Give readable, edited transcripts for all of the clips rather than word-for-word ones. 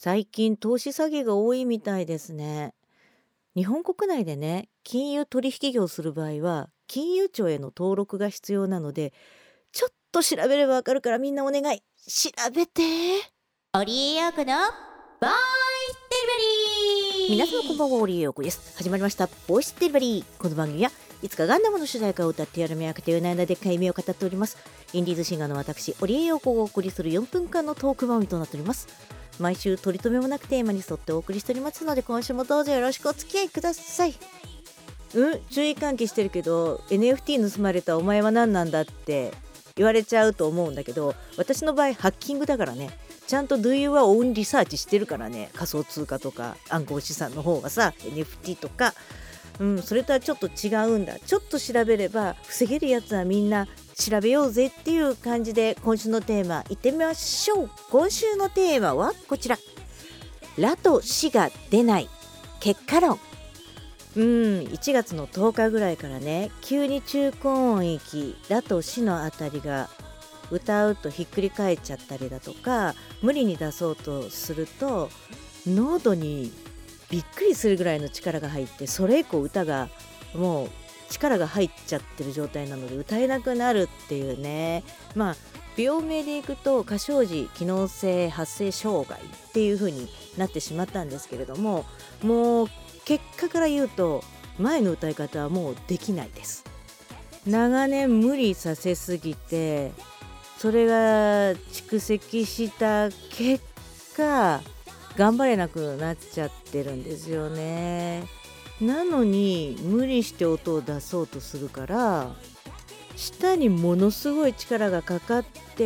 最近投資詐欺が多いみたいですね。日本国内でね、金融取引業をする場合は、金融庁への登録が必要なので、ちょっと調べればわかるからみんなお願い。調べて。 オリエヨークのボイスデリバリー。 皆様こんばんは、オリエヨークです。始まりました、ボイスデリバリー。この番組はいつかガンダムの主題歌を歌ってやる目開けていう悩んだでっかい夢を語っております。インディーズシンガーの私、オリエヨークをお送りする4分間のトーク番組となっております。毎週取り留めもなくテーマに沿ってお送りしておりますので、今週もどうぞよろしくお付き合いください。注意喚起してるけど NFT 盗まれたお前は何なんだって言われちゃうと思うんだけど、私の場合ハッキングだからね、ちゃんと Do you own リサーチしてるからね。仮想通貨とか暗号資産の方がさ、 NFT とかそれとはちょっと違うんだ。ちょっと調べれば防げるやつはみんな調べようぜっていう感じで、今週のテーマいってみましょう。今週のテーマはこちら。ラと死が出ない結果論。1月の10日ぐらいからね、急に中高音域ラと死のあたりが歌うとひっくり返っちゃったりだとか、無理に出そうとすると喉にびっくりするぐらいの力が入って、それ以降歌がもう力が入っちゃってる状態なので歌えなくなるっていうね。病名でいくと過小時機能性発生障害っていう風になってしまったんですけれども、もう結果から言うと前の歌い方はもうできないです。長年無理させすぎて、それが蓄積した結果頑張れなくなっちゃってるんですよね。なのに無理して音を出そうとするから、舌にものすごい力がかかって、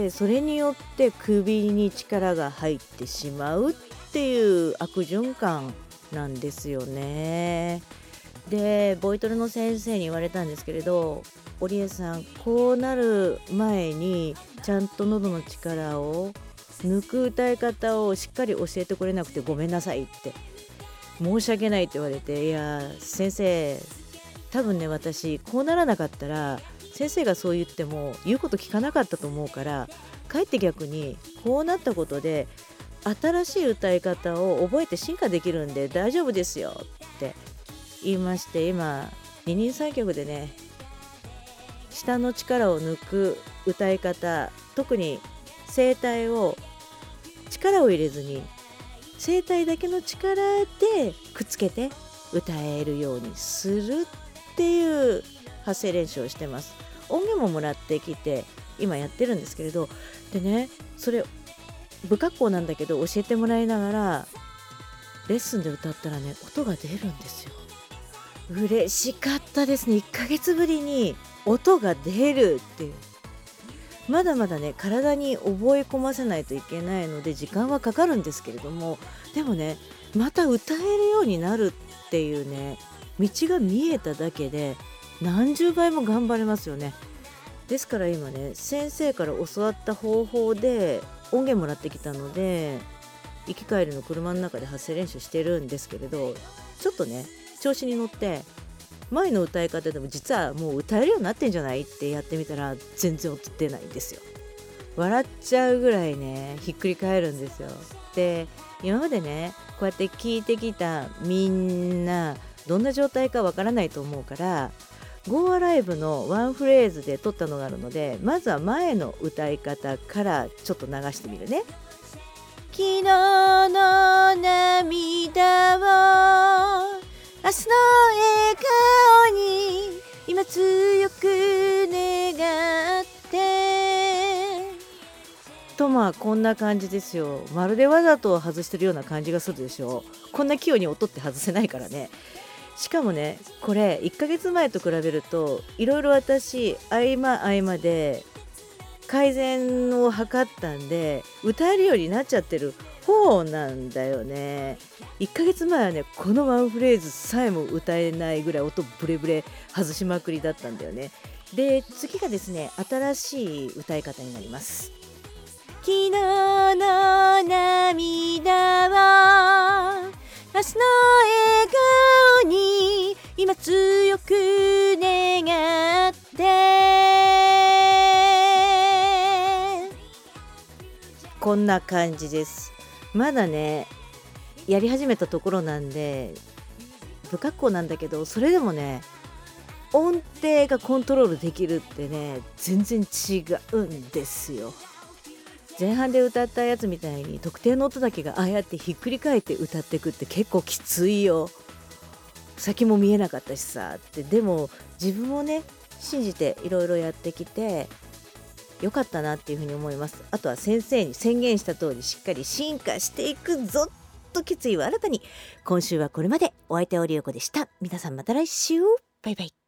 それによって首に力が入ってしまうっていう悪循環なんですよね。で、ボイトレの先生に言われたんですけれど、オリエさん、こうなる前にちゃんと喉の力を抜く歌い方をしっかり教えてくれなくてごめんなさいって、申し訳ないって言われて、いや先生、多分ね、私こうならなかったら先生がそう言っても言うこと聞かなかったと思うから、かえって逆にこうなったことで新しい歌い方を覚えて進化できるんで大丈夫ですよって言いまして、今二人三脚でね、舌の力を抜く歌い方、特に声帯を力を入れずに声帯だけの力でくっつけて歌えるようにするっていう発声練習をしてます。音源ももらってきて今やってるんですけれど、でね、それ不格好なんだけど教えてもらいながらレッスンで歌ったらね、音が出るんですよ。嬉しかったですね。1ヶ月ぶりに音が出るっていう。まだまだね、体に覚え込ませないといけないので時間はかかるんですけれども、でもね、また歌えるようになるっていうね、道が見えただけで何十倍も頑張れますよね。ですから今ね、先生から教わった方法で音源もらってきたので、行き帰りの車の中で発声練習してるんですけれど、ちょっとね調子に乗って前の歌い方でも実はもう歌えるようになってんじゃないってやってみたら全然音出ないんですよ。笑っちゃうぐらいね、ひっくり返るんですよ。で、今までねこうやって聞いてきたみんなどんな状態かわからないと思うから、Go Alive のワンフレーズで撮ったのがあるので、まずは前の歌い方からちょっと流してみるね。昨日の涙を明日の笑顔に今強く願ってと、こんな感じですよ。まるでわざと外してるような感じがするでしょ。こんな器用に音って外せないからね。しかもね、これ1ヶ月前と比べるといろいろ私合間で改善を図ったんで、歌えるようになっちゃってる方なんだよね。1ヶ月前はね、このワンフレーズさえも歌えないぐらい音ブレブレ外しまくりだったんだよね。で、次がですね、新しい歌い方になります。昨日の涙は明日の笑顔に今強く願ってこんな感じです。まだねやり始めたところなんで不格好なんだけど、それでもね音程がコントロールできるってね全然違うんですよ。前半で歌ったやつみたいに特定の音だけがああやってひっくり返って歌ってくって結構きついよ。先も見えなかったしさって。でも自分をね信じていろいろやってきてよかったなっていうふうに思います。あとは先生に宣言した通りしっかり進化していくぞと決意を新たに。今週はこれまで。お相手はオリオコでした。皆さんまた来週。バイバイ。